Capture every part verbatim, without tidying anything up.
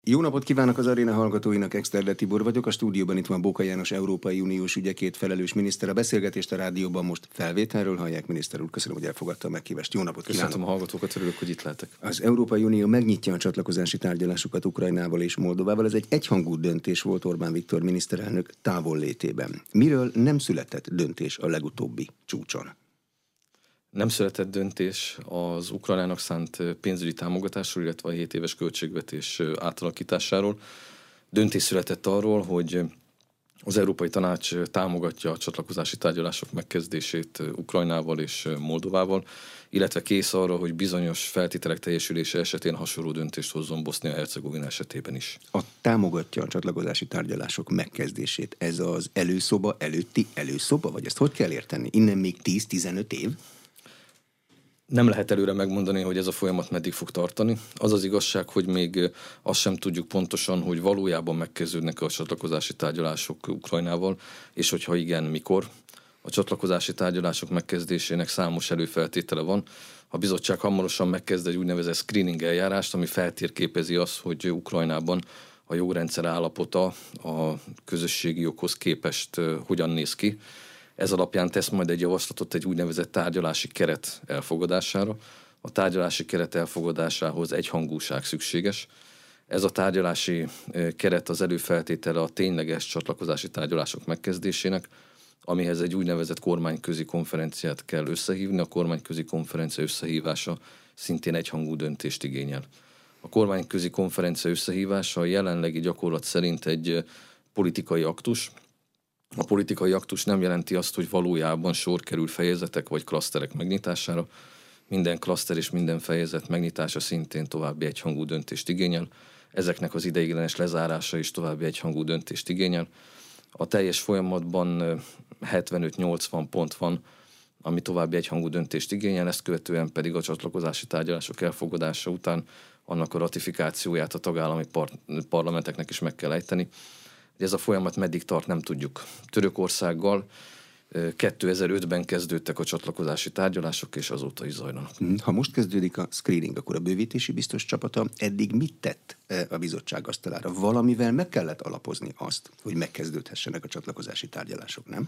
Jó napot kívánok az aréna hallgatóinak, Exterde Tibor vagyok, a stúdióban itt van Bóka János Európai Uniós ügyekért felelős miniszter. A beszélgetést a rádióban most felvételről hallják. Miniszter úr, köszönöm, hogy elfogadta a meghívást. Jó napot kívánok! Köszönöm a hallgatókat, örülök, hogy itt lehetek. Az Európai Unió megnyitja a csatlakozási tárgyalásokat Ukrajnával és Moldovával. Ez egy egyhangú döntés volt Orbán Viktor miniszterelnök távollétében. Miről nem született döntés a legutóbbi csúcson? Nem született döntés az Ukrajnának szánt pénzügyi támogatásról, illetve a hét éves költségvetés átalakításáról. Döntés született arról, hogy az Európai Tanács támogatja a csatlakozási tárgyalások megkezdését Ukrajnával és Moldovával, illetve kész arra, hogy bizonyos feltételek teljesülése esetén hasonló döntést hozzon Bosznia-Hercegovina esetében is. A támogatja a csatlakozási tárgyalások megkezdését. Ez az előszoba előtti előszoba, vagy ezt hogy kell érteni? Innen még tíz-tizenöt év? Nem lehet előre megmondani, hogy ez a folyamat meddig fog tartani. Az az igazság, hogy még azt sem tudjuk pontosan, hogy valójában megkezdődnek a csatlakozási tárgyalások Ukrajnával, és hogyha igen, mikor. A csatlakozási tárgyalások megkezdésének számos előfeltétele van. A bizottság hamarosan megkezd egy úgynevezett screening eljárást, ami feltérképezi azt, hogy Ukrajnában a jogrendszer állapota a közösségi joghoz képest hogyan néz ki. Ez alapján tesz majd egy javaslatot egy úgynevezett tárgyalási keret elfogadására. A tárgyalási keret elfogadásához egyhangúság szükséges. Ez a tárgyalási keret az előfeltétele a tényleges csatlakozási tárgyalások megkezdésének, amihez egy úgynevezett kormányközi konferenciát kell összehívni. A kormányközi konferencia összehívása szintén egyhangú döntést igényel. A kormányközi konferencia összehívása a jelenlegi gyakorlat szerint egy politikai aktus. A politikai aktus nem jelenti azt, hogy valójában sor kerül fejezetek vagy klaszterek megnyitására. Minden klaszter és minden fejezet megnyitása szintén további egyhangú döntést igényel. Ezeknek az ideiglenes lezárása is további egyhangú döntést igényel. A teljes folyamatban hetvenöt-nyolcvan pont van, ami további egyhangú döntést igényel, ezt követően pedig a csatlakozási tárgyalások elfogadása után annak a ratifikációját a tagállami par- parlamenteknek is meg kell ejteni. Ez a folyamat meddig tart, nem tudjuk. Törökországgal kétezer-ötben kezdődtek a csatlakozási tárgyalások, és azóta is zajlanak. Ha most kezdődik a screening, akkor a bővítési biztos csapata eddig mit tett a bizottság asztalára? Valamivel meg kellett alapozni azt, hogy megkezdődhessenek a csatlakozási tárgyalások, nem?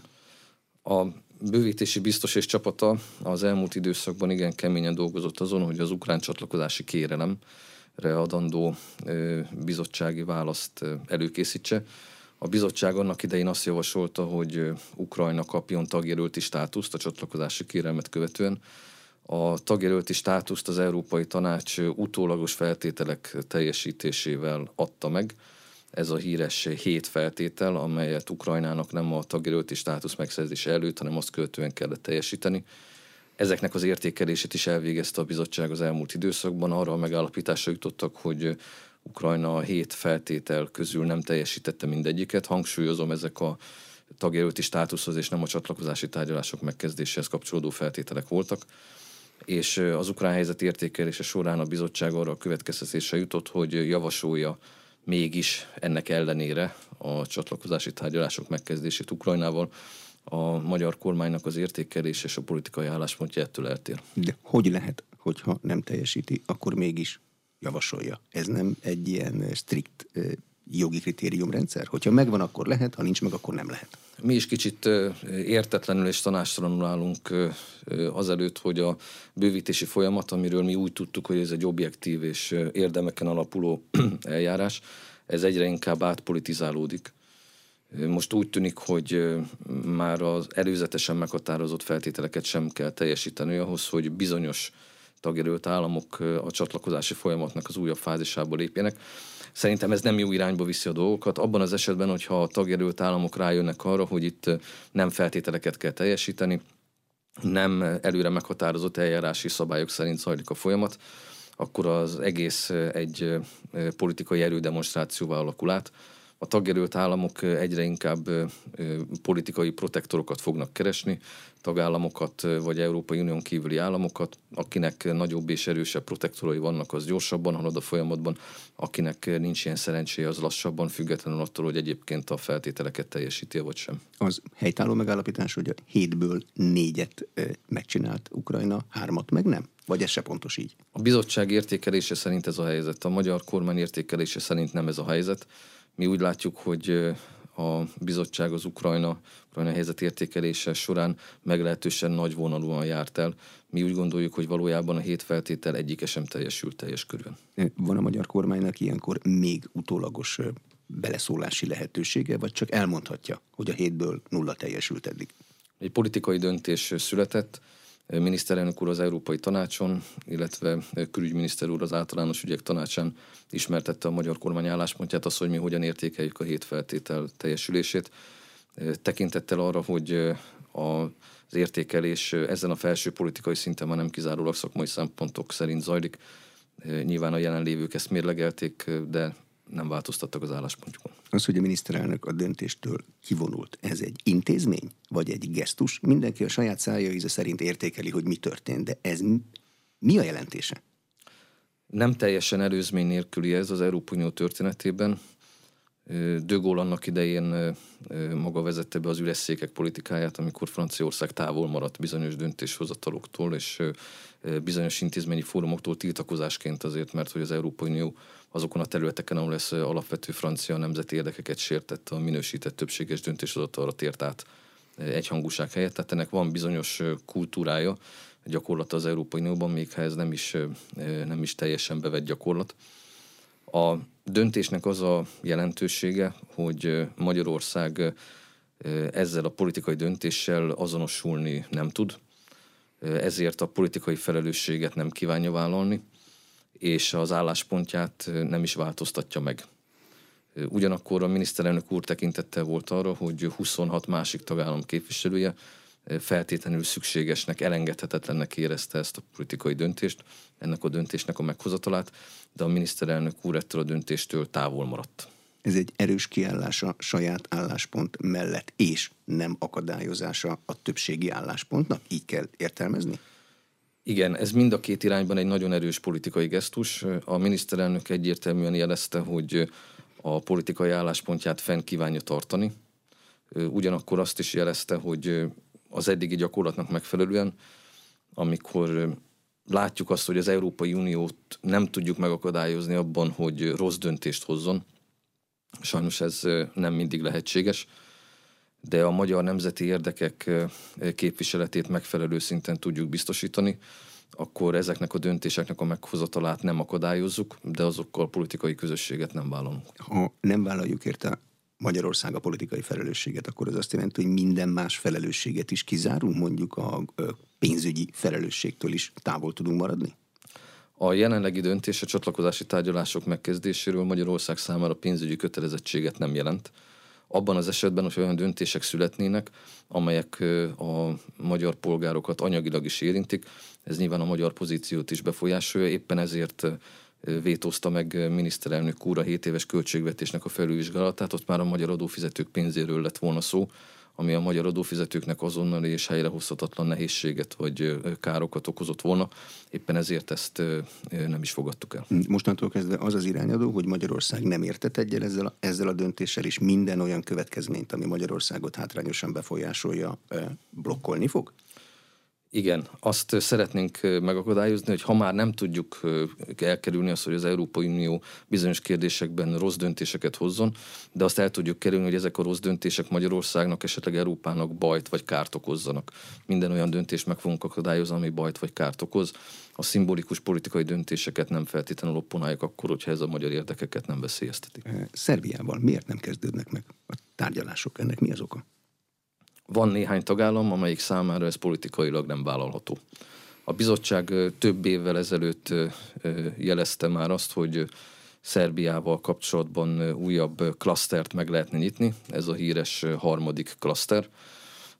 A bővítési biztos és csapata az elmúlt időszakban igen keményen dolgozott azon, hogy az ukrán csatlakozási kérelemre adandó bizottsági választ előkészítse. A bizottság annak idején azt javasolta, hogy Ukrajna kapjon tagjelölti státuszt a csatlakozási kérelmet követően. A tagjelölti státuszt az Európai Tanács utólagos feltételek teljesítésével adta meg. Ez a híres hét feltétel, amelyet Ukrajnának nem a tagjelölti státusz megszerzése előtt, hanem azt követően kellett teljesíteni. Ezeknek az értékelését is elvégezte a bizottság az elmúlt időszakban. Arra a megállapításra jutottak, hogy Ukrajna a hét feltétel közül nem teljesítette mindegyiket. Hangsúlyozom, ezek a tagjelölti státuszhoz és nem a csatlakozási tárgyalások megkezdéséhez kapcsolódó feltételek voltak. És az ukrán helyzet értékelése során a bizottság arra a következtetésre jutott, hogy javasolja mégis ennek ellenére a csatlakozási tárgyalások megkezdését Ukrajnával. A magyar kormánynak az értékelés és a politikai álláspontja ettől eltér. De hogy lehet, hogyha nem teljesíti, akkor mégis javasolja? Ez nem egy ilyen strikt jogi kritériumrendszer? Hogyha megvan, akkor lehet, ha nincs meg, akkor nem lehet. Mi is kicsit értetlenül és tanástalanul állunk azelőtt, hogy a bővítési folyamat, amiről mi úgy tudtuk, hogy ez egy objektív és érdemeken alapuló eljárás, ez egyre inkább átpolitizálódik. Most úgy tűnik, hogy már az előzetesen meghatározott feltételeket sem kell teljesíteni ahhoz, hogy bizonyos tagjelölt államok a csatlakozási folyamatnak az újabb fázisába lépjenek. Szerintem ez nem jó irányba viszi a dolgokat. Abban az esetben, hogyha a tagjelölt államok rájönnek arra, hogy itt nem feltételeket kell teljesíteni, nem előre meghatározott eljárási szabályok szerint zajlik a folyamat, akkor az egész egy politikai erődemonstrációvá alakul át. A tagjelölt államok egyre inkább politikai protektorokat fognak keresni, tagállamokat vagy Európai Unión kívüli államokat, akinek nagyobb és erősebb protektorai vannak, az gyorsabban halad a folyamatban, akinek nincs ilyen szerencséje, az lassabban, függetlenül attól, hogy egyébként a feltételeket teljesíti vagy sem. Az helytálló megállapítás, hogy a hétből négyet megcsinált Ukrajna, hármat meg nem? Vagy ez se pontos így? A bizottság értékelése szerint ez a helyzet. A magyar kormány értékelése szerint nem ez a helyzet. Mi úgy látjuk, hogy a bizottság az Ukrajna, Ukrajna helyzet értékelése során meglehetősen nagy vonalúan járt el. Mi úgy gondoljuk, hogy valójában a hét feltétel egyike sem teljesült teljes körülön. Van a magyar kormánynak ilyenkor még utólagos beleszólási lehetősége, vagy csak elmondhatja, hogy a hétből nulla teljesült eddig? Egy politikai döntés született, miniszterelnök úr az Európai Tanácson, illetve külügyminiszter úr az Általános Ügyek Tanácsán ismertette a magyar kormány álláspontját, az, hogy mi hogyan értékeljük a hét feltétel teljesülését. Tekintettel arra, hogy az értékelés ezen a felső politikai szinten már nem kizárólag szakmai szempontok szerint zajlik. Nyilván a jelenlévők ezt mérlegelték, de nem változtattak az álláspontjukon. Az, hogy a miniszterelnök a döntéstől kivonult, ez egy intézmény, vagy egy gesztus? Mindenki a saját szája íze szerint értékeli, hogy mi történt, de ez mi a jelentése? Nem teljesen előzmény nélküli ez az Európai Unió történetében. De Gaulle annak idején maga vezette be az üres székek politikáját, amikor Franciaország távol maradt bizonyos döntéshozataloktól és bizonyos intézményi fórumoktól tiltakozásként azért, mert hogy az Európai Unió azokon a területeken, ahol ez alapvető francia nemzeti érdekeket sértette, a minősített többséges döntéshozatalra tért át egyhangúság helyett. Tehát ennek van bizonyos kultúrája, gyakorlata az Európai Unióban, még ha ez nem is, nem is teljesen bevett gyakorlat. A döntésnek az a jelentősége, hogy Magyarország ezzel a politikai döntéssel azonosulni nem tud, ezért a politikai felelősséget nem kívánja vállalni, és az álláspontját nem is változtatja meg. Ugyanakkor a miniszterelnök úr tekintettel volt arra, hogy huszonhat másik tagállam képviselője feltétlenül szükségesnek, elengedhetetlennek érezte ezt a politikai döntést, ennek a döntésnek a meghozatalát, de a miniszterelnök úr ettől a döntéstől távol maradt. Ez egy erős kiállása saját álláspont mellett, és nem akadályozása a többségi álláspontnak? Így kell értelmezni? Igen, ez mind a két irányban egy nagyon erős politikai gesztus. A miniszterelnök egyértelműen jelezte, hogy a politikai álláspontját fenn kívánja tartani. Ugyanakkor azt is jelezte, hogy az eddigi gyakorlatnak megfelelően, amikor látjuk azt, hogy az Európai Uniót nem tudjuk megakadályozni abban, hogy rossz döntést hozzon. Sajnos ez nem mindig lehetséges, de a magyar nemzeti érdekek képviseletét megfelelő szinten tudjuk biztosítani, akkor ezeknek a döntéseknek a meghozatalát nem akadályozzuk, de azokkal politikai közösséget nem vállalunk. Ha nem vállaljuk érte Magyarország a politikai felelősséget, akkor az azt jelenti, hogy minden más felelősséget is kizárunk, mondjuk a pénzügyi felelősségtől is távol tudunk maradni? A jelenlegi döntés a csatlakozási tárgyalások megkezdéséről Magyarország számára pénzügyi kötelezettséget nem jelent. Abban az esetben, hogy olyan döntések születnének, amelyek a magyar polgárokat anyagilag is érintik, ez nyilván a magyar pozíciót is befolyásolja, éppen ezért vétózta meg miniszterelnök úr a hét éves költségvetésnek a felülvizsgálatát, ott már a magyar adófizetők pénzéről lett volna szó, ami a magyar adófizetőknek azonnali és helyrehozhatatlan nehézséget vagy károkat okozott volna. Éppen ezért ezt nem is fogadtuk el. Mostantól kezdve az az irányadó, hogy Magyarország nem értett egyel ezzel a, ezzel a döntéssel, és minden olyan következményt, ami Magyarországot hátrányosan befolyásolja, blokkolni fog? Igen, azt szeretnénk megakadályozni, hogy ha már nem tudjuk elkerülni azt, hogy az Európai Unió bizonyos kérdésekben rossz döntéseket hozzon, de azt el tudjuk kerülni, hogy ezek a rossz döntések Magyarországnak, esetleg Európának bajt vagy kárt okozzanak. Minden olyan döntést meg fogunk akadályozni, ami bajt vagy kárt okoz. A szimbolikus politikai döntéseket nem feltétlenül opponáljuk akkor, hogyha ez a magyar érdekeket nem veszélyezteti. Szerbiával miért nem kezdődnek meg a tárgyalások? Ennek mi az oka? Van néhány tagállam, amelyik számára ez politikailag nem vállalható. A bizottság több évvel ezelőtt jelezte már azt, hogy Szerbiával kapcsolatban újabb klasztert meg lehetne nyitni. Ez a híres harmadik klaszter.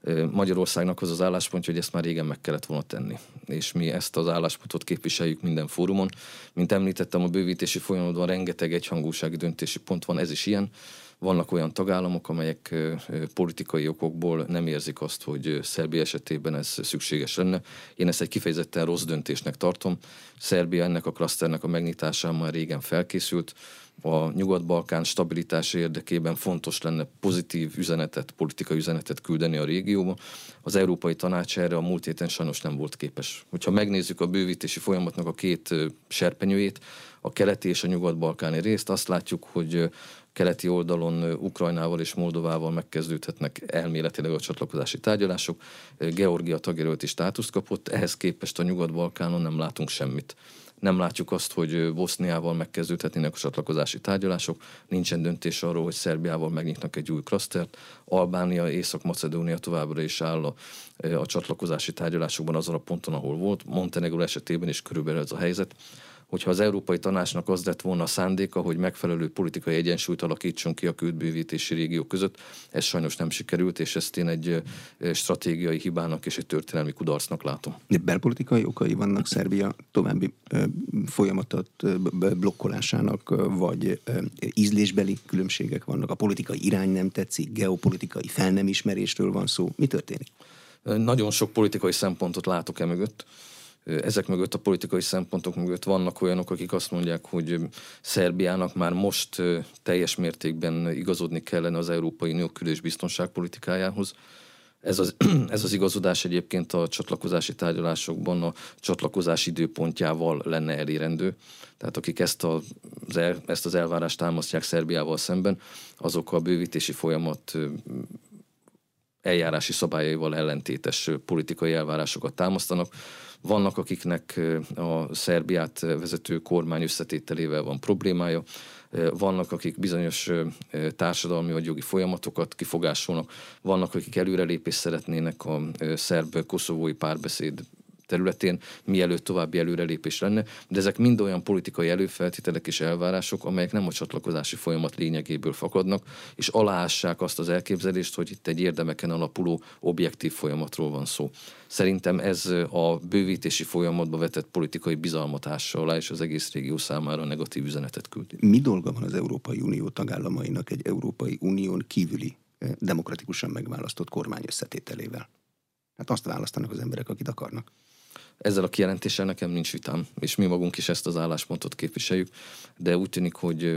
Magyarországnak az az álláspontja, hogy ezt már régen meg kellett volna tenni. És mi ezt az álláspontot képviseljük minden fórumon. Mint említettem, a bővítési folyamatban rengeteg egyhangúsági döntési pont van, ez is ilyen. Vannak olyan tagállamok, amelyek politikai okokból nem érzik azt, hogy Szerbia esetében ez szükséges lenne. Én ezt egy kifejezetten rossz döntésnek tartom. Szerbia ennek a klaszternek a megnyitásán már régen felkészült. A Nyugat-Balkán stabilitása érdekében fontos lenne pozitív üzenetet, politikai üzenetet küldeni a régióba. Az Európai Tanács erre a múlt héten sajnos nem volt képes. Hogyha megnézzük a bővítési folyamatnak a két serpenyőjét, a keleti és a nyugat-balkáni részt, azt látjuk, hogy keleti oldalon Ukrajnával és Moldovával megkezdődhetnek elméletileg a csatlakozási tárgyalások. Georgia tagjelölti státuszt kapott, ehhez képest a Nyugat-Balkánon nem látunk semmit. Nem látjuk azt, hogy Boszniával megkezdődhetnének a csatlakozási tárgyalások, nincsen döntés arról, hogy Szerbiával megnyitnak egy új klasztert, Albánia, Észak-Macedónia továbbra is áll a, a csatlakozási tárgyalásokban azon a ponton, ahol volt, Montenegró esetében is körülbelül ez a helyzet. Hogyha az Európai Tanácsnak az lett volna a szándéka, hogy megfelelő politikai egyensúlyt alakítson ki a külbővítési régió között, ez sajnos nem sikerült, és ezt én egy stratégiai hibának és egy történelmi kudarcnak látom. De belpolitikai okai vannak Szerbia további folyamatot blokkolásának, vagy ízlésbeli különbségek vannak? A politikai irány nem tetszik, geopolitikai fel nem ismerésről van szó. Mi történik? Nagyon sok politikai szempontot látok e mögött. Ezek mögött, a politikai szempontok mögött vannak olyanok, akik azt mondják, hogy Szerbiának már most teljes mértékben igazodni kellene az Európai Unió kül- és biztonságpolitikájához. Ez az, ez az igazodás egyébként a csatlakozási tárgyalásokban a csatlakozás időpontjával lenne elérendő. Tehát akik ezt, a, az el, ezt az elvárást támasztják Szerbiával szemben, azok a bővítési folyamat eljárási szabályaival ellentétes politikai elvárásokat támasztanak. Vannak, akiknek a Szerbiát vezető kormány összetételével van problémája, vannak, akik bizonyos társadalmi vagy jogi folyamatokat kifogásolnak, vannak, akik előrelépést szeretnének a szerb-koszovói párbeszéd területén, mielőtt további előrelépés lenne, de ezek mind olyan politikai előfeltételek és elvárások, amelyek nem a csatlakozási folyamat lényegéből fakadnak, és aláássák azt az elképzelést, hogy itt egy érdemeken alapuló objektív folyamatról van szó. Szerintem ez a bővítési folyamatba vetett politikai bizalmat ássa alá, és az egész régió számára negatív üzenetet küldi. Mi dolga van az Európai Unió tagállamainak egy Európai Unión kívüli demokratikusan megválasztott kormány összetételével? Hát azt választanak az emberek, akit akarnak. Ezzel a kijelentéssel nekem nincs vitám, és mi magunk is ezt az álláspontot képviseljük, de úgy tűnik, hogy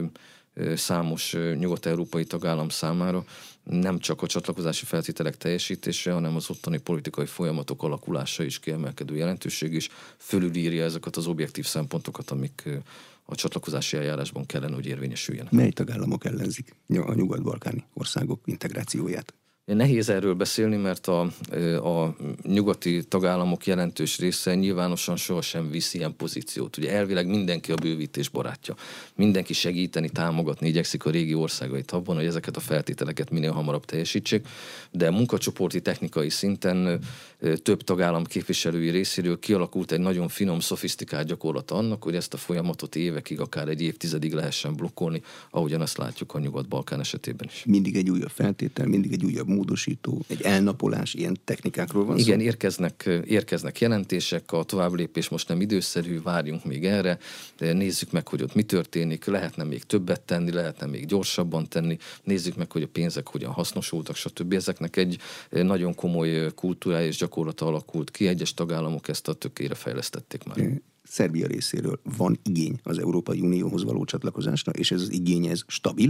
számos nyugat-európai tagállam számára nem csak a csatlakozási feltételek teljesítése, hanem az ottani politikai folyamatok alakulása is kiemelkedő jelentőség, és fölülírja ezeket az objektív szempontokat, amik a csatlakozási eljárásban kellene, hogy érvényesüljenek. Mely tagállamok ellenzik a nyugat-balkáni országok integrációját? Nehéz erről beszélni, mert a, a nyugati tagállamok jelentős része nyilvánosan sohasem visz ilyen pozíciót. Ugye elvileg mindenki a bővítés barátja. Mindenki segíteni, támogatni igyekszik a régi országait abban, hogy ezeket a feltételeket minél hamarabb teljesítsék, de munkacsoporti technikai szinten több tagállam képviselői részéről kialakult egy nagyon finom, szofisztikált gyakorlata annak, hogy ezt a folyamatot évekig, akár egy évtizedig lehessen blokkolni, ahogyan azt látjuk a Nyugat-Balkán esetében is. Mindig egy újabb feltétel, mindig egy újabb módosító, egy elnapolás, ilyen technikákról van szó? Igen, érkeznek, érkeznek jelentések, a továbblépés most nem időszerű, várjunk még erre, de nézzük meg, hogy ott mi történik, lehetne még többet tenni, lehetne még gyorsabban tenni, nézzük meg, hogy a pénzek hogyan hasznosultak, stb. Ezeknek egy nagyon komoly kultúrája és gyakorlata alakult ki, egyes tagállamok ezt a tökére fejlesztették már. Szerbia részéről van igény az Európai Unióhoz való csatlakozásra, és ez az igény, ez stabil?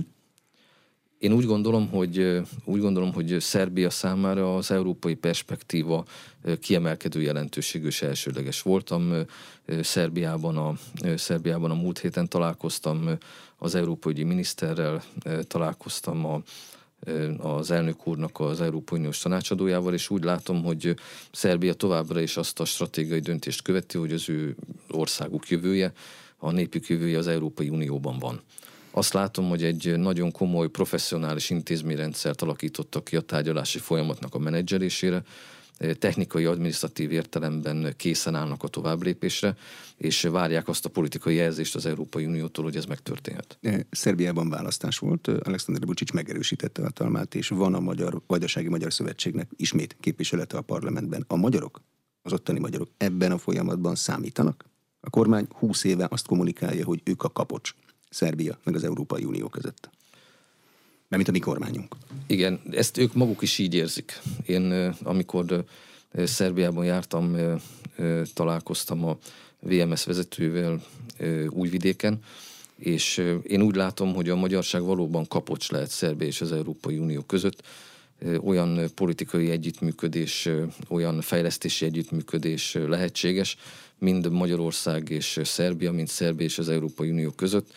Én úgy gondolom, hogy, úgy gondolom, hogy Szerbia számára az európai perspektíva kiemelkedő jelentőségű és elsődleges voltam. Szerbiában a, Szerbiában a múlt héten találkoztam az európai ügyi miniszterrel, találkoztam a az elnök úrnak az Európai Uniós tanácsadójával, és úgy látom, hogy Szerbia továbbra is azt a stratégiai döntést követi, hogy az ő országuk jövője, a népük jövője az Európai Unióban van. Azt látom, hogy egy nagyon komoly, professzionális intézményrendszert alakítottak ki a tárgyalási folyamatnak a menedzselésére. technikai, adminisztratív értelemben készen állnak a továbblépésre, és várják azt a politikai jelzést az Európai Uniótól, hogy ez megtörténhet. Szerbiában választás volt, Aleksandar Vučić megerősítette hatalmát, és van a Magyar Vajdasági Magyar Szövetségnek ismét képviselete a parlamentben. A magyarok, az ottani magyarok ebben a folyamatban számítanak? A kormány húsz éve azt kommunikálja, hogy ők a kapocs Szerbia meg az Európai Unió között. Mármint a mi kormányunk. Igen, ezt ők maguk is így érzik. Én amikor Szerbiában jártam, találkoztam a vé em es vezetővel Újvidéken, és én úgy látom, hogy a magyarság valóban kapocs lehet Szerbia és az Európai Unió között. Olyan politikai együttműködés, olyan fejlesztési együttműködés lehetséges, mind Magyarország és Szerbia, mind Szerbia és az Európai Unió között,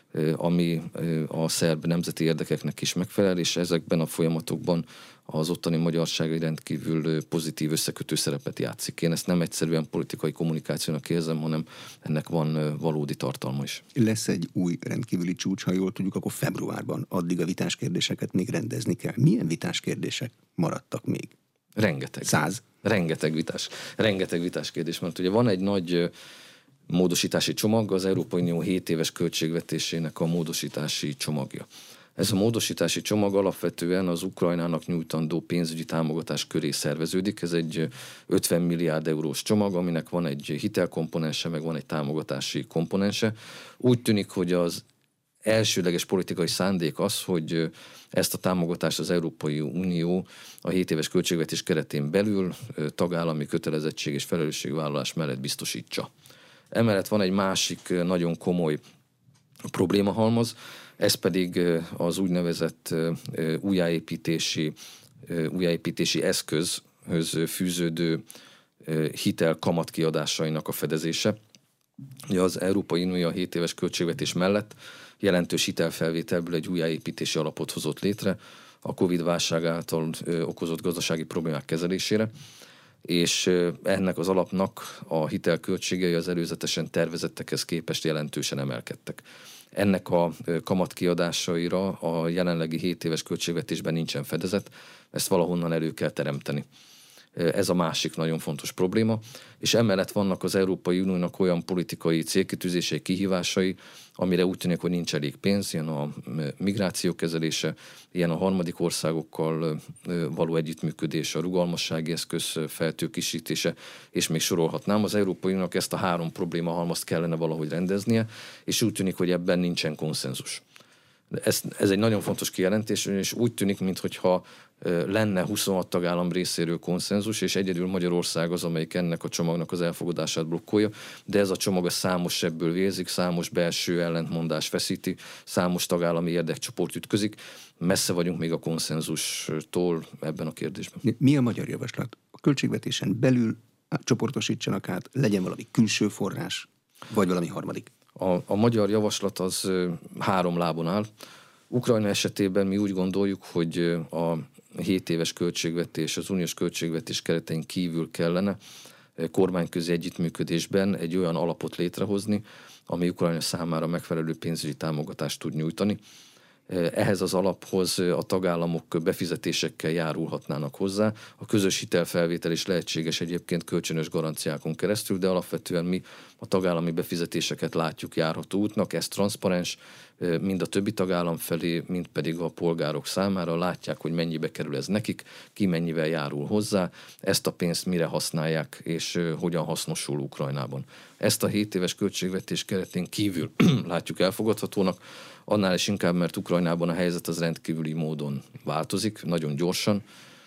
ami a szerb nemzeti érdekeknek is megfelel, és ezekben a folyamatokban az ottani magyarság egy rendkívül pozitív összekötő szerepet játszik. Én ezt nem egyszerűen politikai kommunikációnak érzem, hanem ennek van valódi tartalma is. Lesz egy új rendkívüli csúcs, ha jól tudjuk, akkor februárban. Addig a vitás kérdéseket még rendezni kell. Milyen vitás kérdések maradtak még? Rengeteg. Száz? Rengeteg vitás. Rengeteg vitás kérdés, mert ugye van egy nagy módosítási csomag, az Európai Unió hét éves költségvetésének a módosítási csomagja. Ez a módosítási csomag alapvetően az Ukrajnának nyújtandó pénzügyi támogatás köré szerveződik. Ez egy ötven milliárd eurós csomag, aminek van egy hitelkomponense, meg van egy támogatási komponense. Úgy tűnik, hogy az elsődleges politikai szándék az, hogy ezt a támogatást az Európai Unió a hét éves költségvetés keretén belül tagállami kötelezettség és felelősségvállalás mellett biztosítsa. Emellett van egy másik nagyon komoly problémahalmaz, ez pedig az úgynevezett újjáépítési, újjáépítési eszközhöz fűződő hitel kamatkiadásainak a fedezése. Az Európai Unió a hét éves költségvetés mellett jelentős hitelfelvételből egy újjáépítési alapot hozott létre a Covid-válság által okozott gazdasági problémák kezelésére, és ennek az alapnak a hitelköltségei az előzetesen tervezettekhez képest jelentősen emelkedtek. Ennek a kamatkiadásaira a jelenlegi hét éves költségvetésben nincsen fedezet, ezt valahonnan elő kell teremteni. Ez a másik nagyon fontos probléma, és emellett vannak az Európai Uniónak olyan politikai célkitűzései, kihívásai, amire úgy tűnik, hogy nincs elég pénz, ilyen a migráció kezelése, ilyen a harmadik országokkal való együttműködés, a rugalmassági eszköz feltőkisítése, és még sorolhatnám. Az Európai Uniónak ezt a három problémahalmazt kellene valahogy rendeznie, és úgy tűnik, hogy ebben nincsen konszenzus. Ez, ez egy nagyon fontos kijelentés, és úgy tűnik, mintha lenne huszonhat tagállam részéről konszenzus, és egyedül Magyarország az, amelyik ennek a csomagnak az elfogadását blokkolja, de ez a csomag a számos sebből vérzik, számos belső ellentmondás feszíti, számos tagállami érdekcsoport ütközik. Messze vagyunk még a konszenzustól ebben a kérdésben. Mi a magyar javaslat? A költségvetésen belül csoportosítsanak át, legyen valami külső forrás, vagy valami harmadik? A, a magyar javaslat az három lábon áll. Ukrajna esetében mi úgy gondoljuk, hogy a hét éves költségvetés, az uniós költségvetés keretein kívül kellene kormányközi együttműködésben egy olyan alapot létrehozni, ami Ukrajna számára megfelelő pénzügyi támogatást tud nyújtani. Ehhez az alaphoz a tagállamok befizetésekkel járulhatnának hozzá. A közös hitelfelvétel is lehetséges egyébként kölcsönös garanciákon keresztül, de alapvetően mi a tagállami befizetéseket látjuk járható útnak. Ez transzparens, mind a többi tagállam felé, mind pedig a polgárok számára. Látják, hogy mennyibe kerül ez nekik, ki mennyivel járul hozzá, ezt a pénzt mire használják, és hogyan hasznosul Ukrajnában. Ezt a hét éves költségvetés keretén kívül látjuk elfogadhatónak, annál is inkább, mert Ukrajnában a helyzet az rendkívüli módon változik, nagyon gyorsan.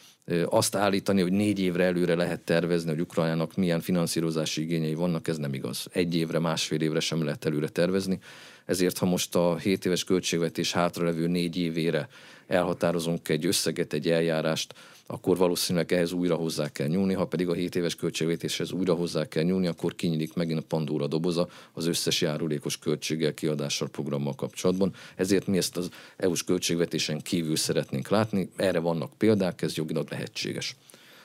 Azt állítani, hogy négy évre előre lehet tervezni, hogy Ukrajnának milyen finanszírozási igényei vannak, ez nem igaz. Egy évre, másfél évre sem lehet előre tervezni. Ezért, ha most a hét éves költségvetés hátralevő négy évére elhatározunk egy összeget, egy eljárást, akkor valószínűleg ehhez újra hozzá kell nyúlni, ha pedig a hét éves költségvetéshez újra hozzá kell nyúlni, akkor kinyílik megint a Pandóra doboza az összes járulékos költséggel, kiadással, programmal kapcsolatban. Ezért mi ezt az é u-s költségvetésen kívül szeretnénk látni, erre vannak példák, ez jogilag lehetséges.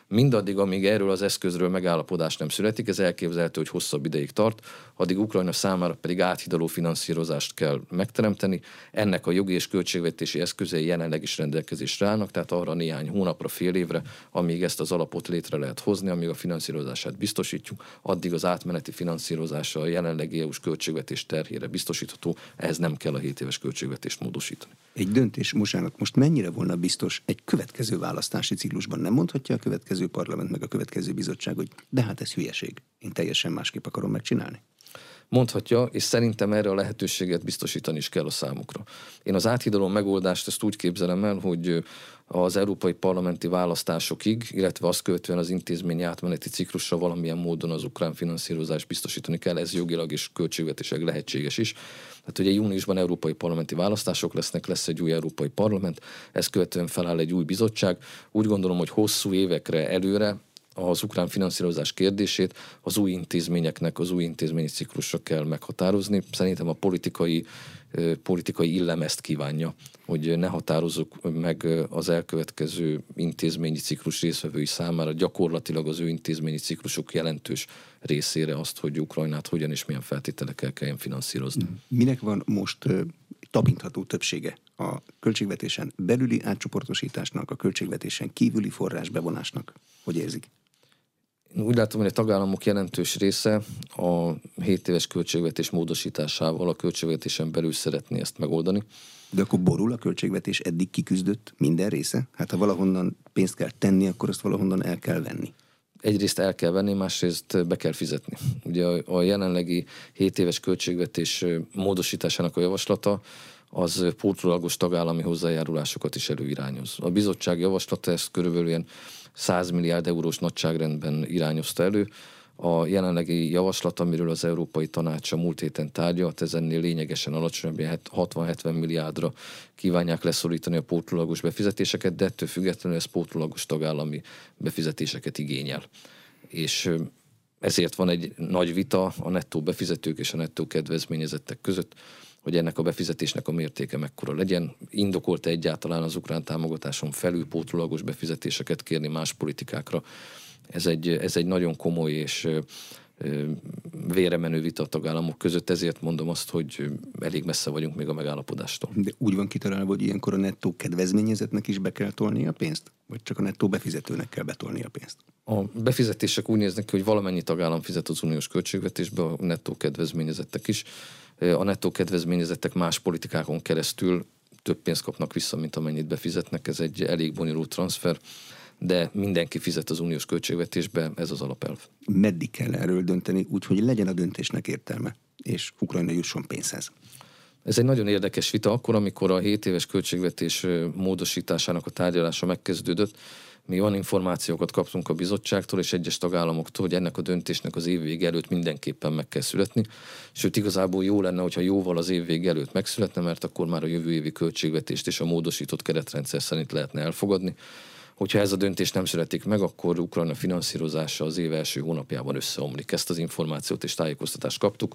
Mindaddig, amíg erről az eszközről megállapodás nem születik, ez elképzelhető, hogy hosszabb ideig tart, addig Ukrajna számára pedig áthidaló finanszírozást kell megteremteni. Ennek a jogi és költségvetési eszközei jelenleg is rendelkezésre állnak, tehát arra néhány hónapra, fél évre, amíg ezt az alapot létre lehet hozni, amíg a finanszírozását biztosítjuk, addig az átmeneti finanszírozása a jelenlegi é u-s költségvetés terhére biztosítható, ehhez nem kell a hét éves költségvetést módosítani. Egy döntés, Mosánat, most mennyire volna biztos egy következő választási ciklusban? Nem mondhatja a következő parlament meg a következő bizottság, hogy de hát ez hülyeség, én teljesen másképp akarom megcsinálni? Mondhatja, és szerintem erre a lehetőséget biztosítani is kell a számukra. Én az áthidaló megoldást ezt úgy képzelem el, hogy az európai parlamenti választásokig, illetve azt követően az intézményi átmeneti ciklusra valamilyen módon az ukrán finanszírozást biztosítani kell, ez jogilag és költségvetésileg lehetséges is. Tehát ugye júniusban európai parlamenti választások lesznek, lesz egy új európai parlament, ezt követően feláll egy új bizottság. Úgy gondolom, hogy hosszú évekre előre az ukrán finanszírozás kérdését az új intézményeknek, az új intézményi ciklusra kell meghatározni. Szerintem a politikai, politikai illem ezt kívánja, hogy ne határozzuk meg az elkövetkező intézményi ciklus részvevői számára gyakorlatilag az ő intézményi ciklusok jelentős részére azt, hogy Ukrajnát hogyan és milyen feltételekkel kelljen finanszírozni. Minek van most tapintható többsége a költségvetésen belüli átcsoportosításnak, a költségvetésen kívüli forrás bevonásnak? Hogy érzik? Úgy látom, hogy a tagállamok jelentős része a hét éves költségvetés módosításával a költségvetésen belül szeretné ezt megoldani. De akkor borul a költségvetés eddig kiküzdött minden része? Hát ha valahonnan pénzt kell tenni, akkor azt valahonnan el kell venni. Egyrészt el kell venni, másrészt be kell fizetni. Ugye a, a jelenlegi hét éves költségvetés módosításának a javaslata az pótlólagos tagállami hozzájárulásokat is előirányoz. A bizottság javaslata ezt körülbelül ilyen száz milliárd eurós nagyságrendben irányozta elő. A jelenlegi javaslat, amiről az Európai Tanács a múlt héten tárgyalt, ez ennél lényegesen alacsonyabb, hatvan-hetven milliárdra kívánják leszorítani a pótlólagos befizetéseket, de ettől függetlenül ez pótlólagos tagállami befizetéseket igényel. És ezért van egy nagy vita a nettó befizetők és a nettó kedvezményezettek között, hogy ennek a befizetésnek a mértéke mekkora legyen. Indokolta egyáltalán az ukrán támogatáson felül pótlólagos befizetéseket kérni más politikákra. Ez egy, ez egy nagyon komoly és véremenő vita a tagállamok között, ezért mondom azt, hogy elég messze vagyunk még a megállapodástól. De úgy van kitalálva, hogy ilyenkor a nettó kedvezményezetnek is be kell tolni a pénzt? Vagy csak a nettó befizetőnek kell betolni a pénzt? A befizetések úgy néznek ki, hogy valamennyi tagállam fizet az uniós költségvetésbe, a nettó kedvezményezettek is. A nettó kedvezményezettek más politikákon keresztül több pénzt kapnak vissza, mint amennyit befizetnek. Ez egy elég bonyolult transfer, de mindenki fizet az uniós költségvetésbe, ez az alapelv. Meddig kell erről dönteni, úgyhogy legyen a döntésnek értelme, és Ukrajna jusson pénzhez? Ez egy nagyon érdekes vita. Akkor, amikor a hét éves költségvetés módosításának a tárgyalása megkezdődött, mi olyan információkat kaptunk a bizottságtól és egyes tagállamoktól, hogy ennek a döntésnek az év vége előtt mindenképpen meg kell születni. Sőt, igazából jó lenne, hogyha jóval az év vége előtt megszületne, mert akkor már a jövő évi költségvetést és a módosított keretrendszer szerint lehetne elfogadni. Hogyha ez a döntés nem születik meg, akkor Ukrajna finanszírozása az év első hónapjában összeomlik. Ezt az információt és tájékoztatást kaptuk.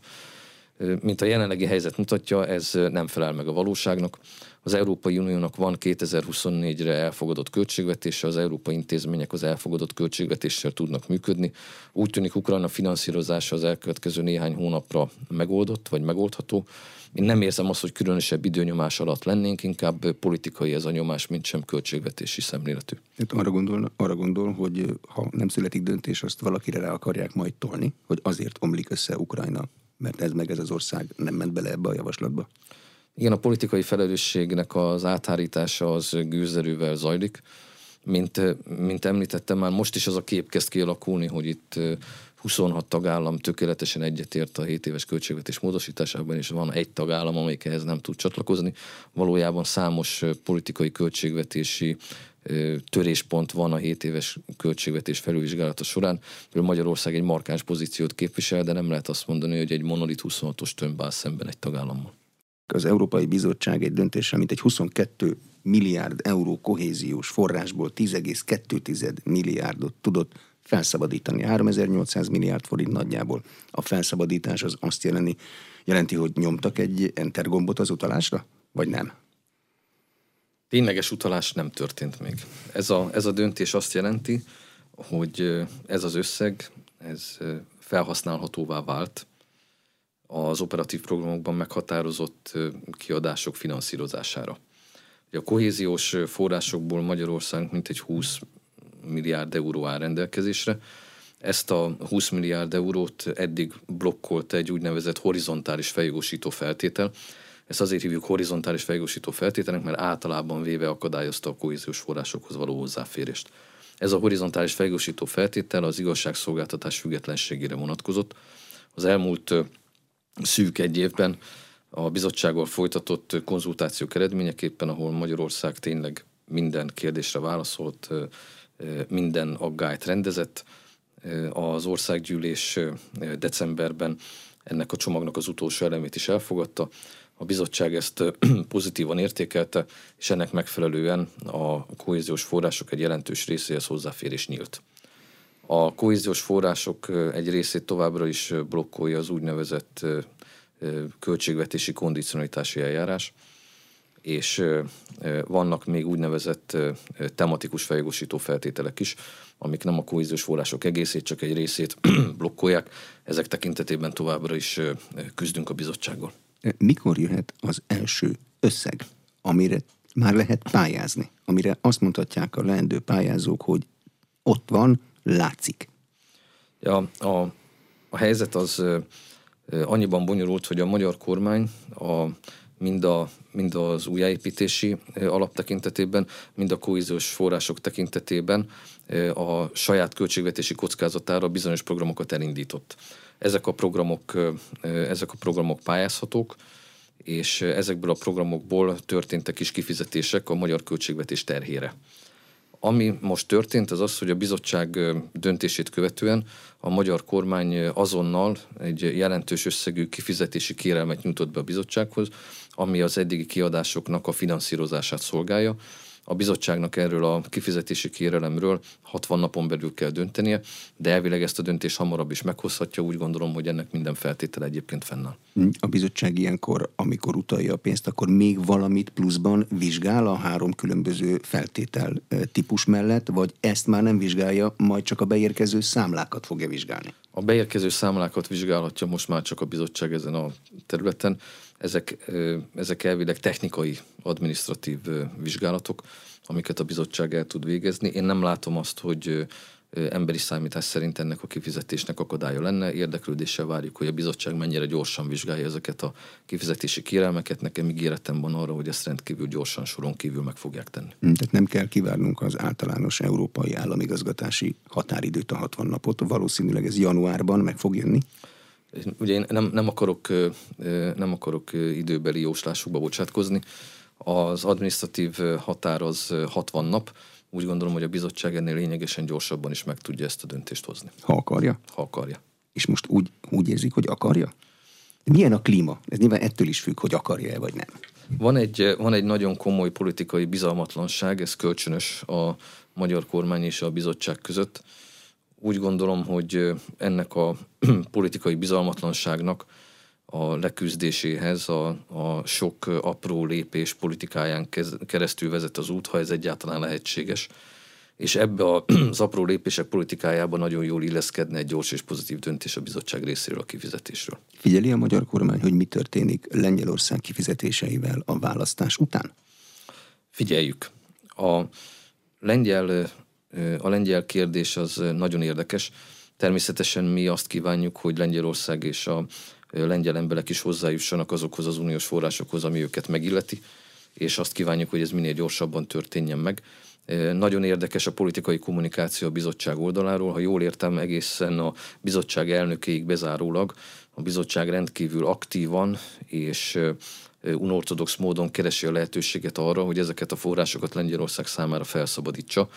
Mint a jelenlegi helyzet mutatja, ez nem felel meg a valóságnak. Az Európai Uniónak van kétezer-huszonnégyre elfogadott költségvetése, az európai intézmények az elfogadott költségvetéssel tudnak működni. Úgy tűnik, Ukrajna finanszírozása az elkövetkező néhány hónapra megoldott, vagy megoldható. Én nem érzem azt, hogy különösebb időnyomás alatt lennénk, inkább politikai ez a nyomás, mint sem költségvetési szemléletű. Arra gondol, arra gondol, hogy ha nem születik döntés, azt valakire rá akarják majd tolni, hogy azért omlik össze Ukrajna, mert ez meg ez az ország nem ment bele ebbe a javaslatba? Igen, a politikai felelősségnek az áthárítása az gőzerővel zajlik. Mint, mint említettem, már most is az a kép kezd kialakulni, hogy itt huszonhat tagállam tökéletesen egyetért a hét éves költségvetés módosításában, és van egy tagállam, amelyik ehhez nem tud csatlakozni. Valójában számos politikai költségvetési töréspont van a hét éves költségvetés felülvizsgálata során. Magyarország egy markáns pozíciót képvisel, de nem lehet azt mondani, hogy egy monolit huszonhatos tömb áll szemben egy tagállammal. Az Európai Bizottság egy döntéssel, mint egy huszonkettő milliárd euró kohéziós forrásból tíz egész kettő milliárdot tudott felszabadítani. háromezer-nyolcszáz milliárd forint nagyjából. A felszabadítás az azt jelenti, jelenti, hogy nyomtak egy enter gombot az utalásra, vagy nem? Tényleges utalás nem történt még. Ez a, ez a döntés azt jelenti, hogy ez az összeg, ez felhasználhatóvá vált az operatív programokban meghatározott kiadások finanszírozására. A kohéziós forrásokból Magyarország mintegy húsz milliárd euró áll rendelkezésre. Ezt a húsz milliárd eurót eddig blokkolta egy úgynevezett horizontális feljósító feltétel. Ezt azért hívjuk horizontális feljósító feltételnek, mert általában véve akadályozta a kohéziós forrásokhoz való hozzáférést. Ez a horizontális feljósító feltétel az igazságszolgáltatás függetlenségére vonatkozott. Az elmúlt szűk egy évben a bizottsággal folytatott konzultációk eredményeképpen, ahol Magyarország tényleg minden kérdésre válaszolt, minden aggályt rendezett. Az országgyűlés decemberben ennek a csomagnak az utolsó elemét is elfogadta. A bizottság ezt pozitívan értékelte, és ennek megfelelően a kohéziós források egy jelentős részéhez hozzáférés nyílt. A kohéziós források egy részét továbbra is blokkolja az úgynevezett költségvetési kondicionalitási eljárás, és vannak még úgynevezett tematikus feljogosító feltételek is, amik nem a kohéziós források egészét, csak egy részét blokkolják. Ezek tekintetében továbbra is küzdünk a bizottsággal. Mikor jöhet az első összeg, amire már lehet pályázni? Amire azt mondhatják a leendő pályázók, hogy ott van, látszik. Ja, a, a helyzet az annyiban bonyolult, hogy a magyar kormány a, mind, a, mind az újjáépítési alap tekintetében, mind a kohéziós források tekintetében a saját költségvetési kockázatára bizonyos programokat elindított. Ezek a programok, ezek a programok pályázhatók, és ezekből a programokból történtek is kifizetések a magyar költségvetés terhére. Ami most történt, az az, hogy a bizottság döntését követően a magyar kormány azonnal egy jelentős összegű kifizetési kérelmet nyújtott be a bizottsághoz, ami az eddigi kiadásoknak a finanszírozását szolgálja. A bizottságnak erről a kifizetési kérelemről hatvan napon belül kell döntenie, de elvileg ezt a döntést hamarabb is meghozhatja, úgy gondolom, hogy ennek minden feltétele egyébként fennáll. A bizottság ilyenkor, amikor utalja a pénzt, akkor még valamit pluszban vizsgál a három különböző feltétel típus mellett, vagy ezt már nem vizsgálja, majd csak a beérkező számlákat fogja vizsgálni? A beérkező számlákat vizsgálhatja most már csak a bizottság ezen a területen. Ezek, ezek elvileg technikai, adminisztratív vizsgálatok, amiket a bizottság el tud végezni. Én nem látom azt, hogy emberi számítás szerint ennek a kifizetésnek akadálya lenne. Érdeklődéssel várjuk, hogy a bizottság mennyire gyorsan vizsgálja ezeket a kifizetési kérelmeket. Nekem ígéretem van arra, hogy ezt rendkívül gyorsan soron kívül meg fogják tenni. Tehát nem kell kivárnunk az általános európai államigazgatási határidőt, a hatvan napot. Valószínűleg ez januárban meg fog jönni. Ugye én nem, nem, akarok, nem akarok időbeli jóslásokba bocsátkozni. Az adminisztratív határ az hatvan nap. Úgy gondolom, hogy a bizottság ennél lényegesen gyorsabban is meg tudja ezt a döntést hozni. Ha akarja? Ha akarja. És most úgy, úgy érzik, hogy akarja? Milyen a klíma? Ez nyilván ettől is függ, hogy akarja-e vagy nem. Van egy, van egy nagyon komoly politikai bizalmatlanság, ez kölcsönös a magyar kormány és a bizottság között. Úgy gondolom, hogy ennek a politikai bizalmatlanságnak a leküzdéséhez a, a sok apró lépés politikáján kez, keresztül vezet az út, ha ez egyáltalán lehetséges. És ebbe az apró lépések politikájában nagyon jól illeszkedne egy gyors és pozitív döntés a bizottság részéről a kifizetésről. Figyeli a magyar kormány, hogy mi történik Lengyelország kifizetéseivel a választás után? Figyeljük. A lengyel, a lengyel kérdés az nagyon érdekes. Természetesen mi azt kívánjuk, hogy Lengyelország és a lengyel emberek is hozzájussanak azokhoz az uniós forrásokhoz, ami őket megilleti, és azt kívánjuk, hogy ez minél gyorsabban történjen meg. Nagyon érdekes a politikai kommunikáció a bizottság oldaláról. Ha jól értem, egészen a bizottság elnökéig bezárólag a bizottság rendkívül aktívan és unorthodox módon keresi a lehetőséget arra, hogy ezeket a forrásokat Lengyelország számára felszabadítsa.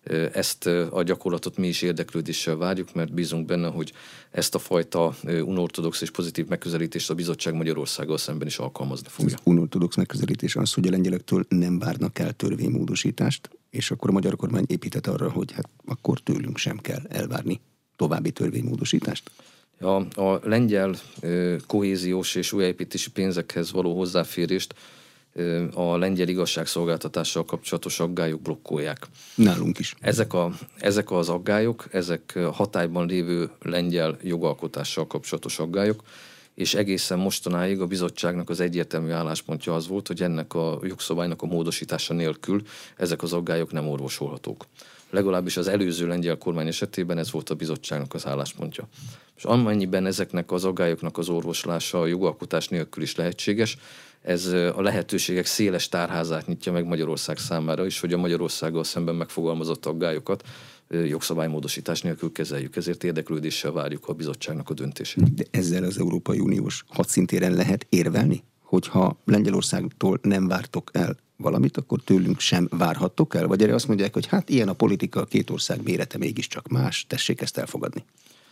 Ezt a gyakorlatot mi is érdeklődéssel várjuk, mert bízunk benne, hogy ezt a fajta unorthodox és pozitív megközelítést a bizottság Magyarországgal szemben is alkalmazni fogja. Az unorthodox megközelítés az, hogy a lengyelektől nem várnak el törvénymódosítást, és akkor a magyar kormány épített arra, hogy hát akkor tőlünk sem kell elvárni további törvénymódosítást? A, a lengyel ö, kohéziós és újjáépítési pénzekhez való hozzáférést a lengyel igazságszolgáltatással kapcsolatos aggályok blokkolják. Nálunk is. Ezek, a, ezek az aggályok, ezek hatályban lévő lengyel jogalkotással kapcsolatos aggályok, és egészen mostanáig a bizottságnak az egyértelmű álláspontja az volt, hogy ennek a jogszabálynak a módosítása nélkül ezek az aggályok nem orvosolhatók. Legalábbis az előző lengyel kormány esetében ez volt a bizottságnak az álláspontja. És amennyiben ezeknek az aggályoknak az orvoslása a jogalkotás nélkül is lehetséges, ez a lehetőségek széles tárházát nyitja meg Magyarország számára is, hogy a Magyarországgal szemben megfogalmazott aggályokat jogszabálymódosítás nélkül kezeljük. Ezért érdeklődéssel várjuk a bizottságnak a döntését. De ezzel az Európai Uniós hadszintéren lehet érvelni, hogyha Lengyelországtól nem vártok el valamit, akkor tőlünk sem várhattok el? Vagy erre azt mondják, hogy hát ilyen a politika, a két ország mérete mégiscsak más, tessék ezt elfogadni?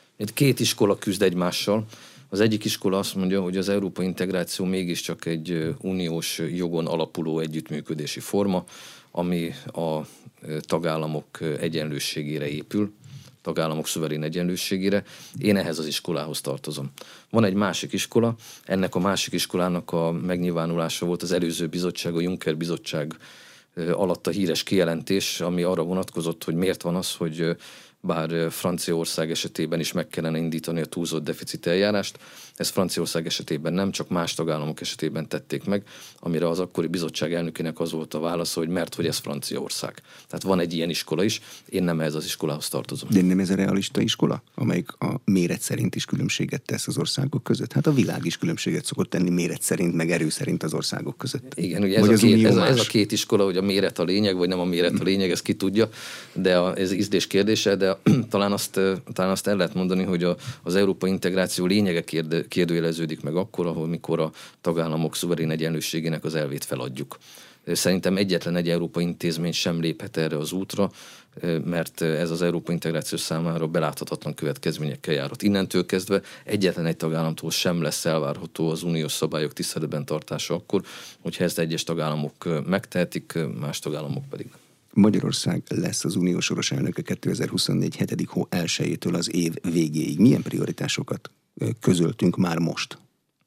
Két iskola küzd egymással. Az egyik iskola azt mondja, hogy az európai integráció mégiscsak egy uniós jogon alapuló együttműködési forma, ami a tagállamok egyenlőségére épül, tagállamok szuverén egyenlőségére. Én ehhez az iskolához tartozom. Van egy másik iskola, ennek a másik iskolának a megnyilvánulása volt az előző bizottság, a Juncker bizottság alatt a híres kijelentés, ami arra vonatkozott, hogy miért van az, hogy bár Franciaország esetében is meg kellene indítani a túlzott deficit eljárást, ez Franciaország esetében nem, csak más tagállamok esetében tették meg, amire az akkori bizottság elnökének az volt a válasza, hogy mert hogy ez Franciaország. Tehát van egy ilyen iskola is, én nem ehhez az iskolához tartozom. De nem ez a realista iskola, amelyik a méret szerint is különbséget tesz az országok között? Hát a világ is különbséget szokott tenni méret szerint, meg erő szerint az országok között. Igen, ugye ez, a két, ez, a, ez a két iskola, hogy a méret a lényeg, vagy nem a méret a lényeg, ez ki tudja, de a, ez ízlés kérdése, de a, talán, azt, talán azt el lehet mondani, hogy a, az európai integráció lényege kérde, kérdőjeleződik meg akkor, ahol mikor a tagállamok szuverén egyenlőségének az elvét feladjuk. Szerintem egyetlen egy európai intézmény sem léphet erre az útra, mert ez az európai integráció számára beláthatatlan következményekkel járhat. Innentől kezdve egyetlen egy tagállamtól sem lesz elvárható az uniós szabályok tiszteletben tartása akkor, hogyha ezt egyes tagállamok megtehetik, más tagállamok pedig nem. Magyarország lesz az uniós soros elnöke kétezer-huszonnégy hetedik hó elsejétől az év végéig. Milyen prioritásokat közöltünk már most?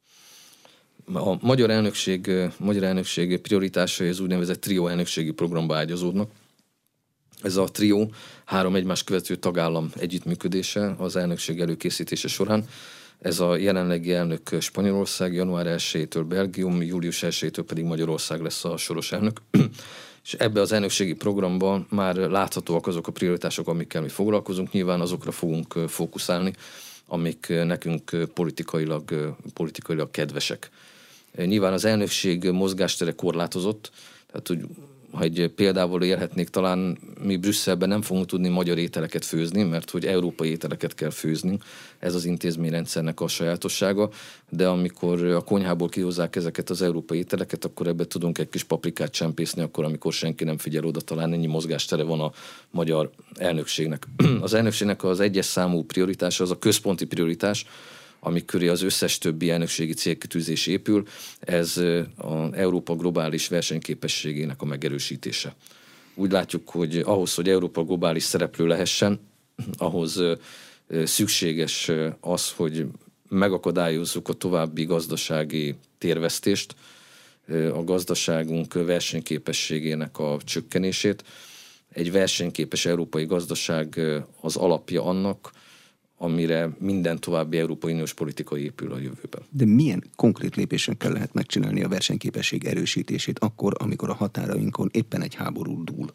A magyar elnökség, magyar elnökség prioritásai az úgynevezett trió elnökségi programba ágyazódnak. Ez a trió három egymást követő tagállam együttműködése az elnökség előkészítése során. Ez a jelenlegi elnök Spanyolország, január elsejétől Belgium, július elsejétől pedig Magyarország lesz a soros elnök. És ebbe az elnökségi programban már láthatóak azok a prioritások, amikkel mi foglalkozunk. Nyilván azokra fogunk fókuszálni, amik nekünk politikailag, politikailag kedvesek. Nyilván az elnökség mozgástere korlátozott, tehát hogy ha egy példával élhetnék, talán mi Brüsszelben nem fogunk tudni magyar ételeket főzni, mert hogy európai ételeket kell főzni. Ez az intézményrendszernek a sajátossága, de amikor a konyhából kihozzák ezeket az európai ételeket, akkor ebbe tudunk egy kis paprikát csempészni, akkor amikor senki nem figyel oda, talán ennyi mozgástere van a magyar elnökségnek. Az elnökségnek az egyes számú prioritása, az a központi prioritás, amik köré az összes többi elnökségi célkitűzés épül, ez az Európa globális versenyképességének a megerősítése. Úgy látjuk, hogy ahhoz, hogy Európa globális szereplő lehessen, ahhoz szükséges az, hogy megakadályozzuk a további gazdasági térvesztést, a gazdaságunk versenyképességének a csökkenését. Egy versenyképes európai gazdaság az alapja annak, amire minden további Európai Uniós politika épül a jövőben. De milyen konkrét lépésekkel lehet megcsinálni a versenyképesség erősítését akkor, amikor a határainkon éppen egy háború dúl?